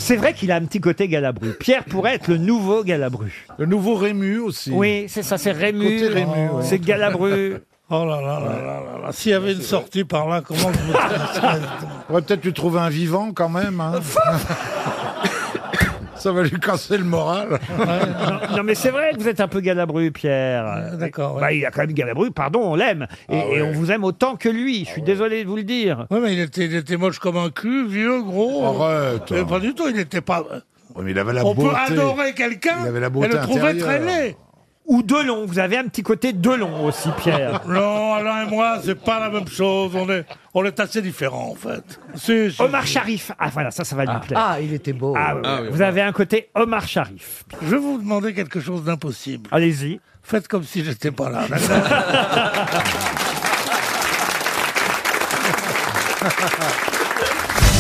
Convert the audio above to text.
C'est vrai qu'il a un petit côté Galabru. Pierre pourrait être le nouveau Galabru. Le nouveau Rému aussi. Oui, c'est ça, c'est Rému. Côté Rému, ouais. C'est Galabru. Oh là là là là là là. S'il y avait une sortie par là, comment je me traverserais? On va peut-être lui trouver un vivant quand même. Hein. Ça va lui casser le moral. Non, mais c'est vrai que vous êtes un peu Galabru, Pierre. D'accord, ouais. Bah, il a quand même Galabru, pardon, on l'aime. Et on vous aime autant que lui. Je suis désolé de vous le dire. Oui, mais il était moche comme un cul, vieux, gros. Arrête. Pas du tout, il n'était pas... Oui, mais il avait la On beauté. peut adorer quelqu'un Il avait la et beauté le trouver intérieure. très laid. Ou Delon. Vous avez un petit côté Delon aussi, Pierre. Non, Alain et moi, c'est pas la même chose. On est assez différents, en fait. Si. Omar Sharif. Ah, voilà, ça va lui plaire. Ah, il était beau. Ah, oui, vous avez un côté Omar Sharif. Je vais vous demander quelque chose d'impossible. Allez-y. Faites comme si j'étais pas là, d'accord?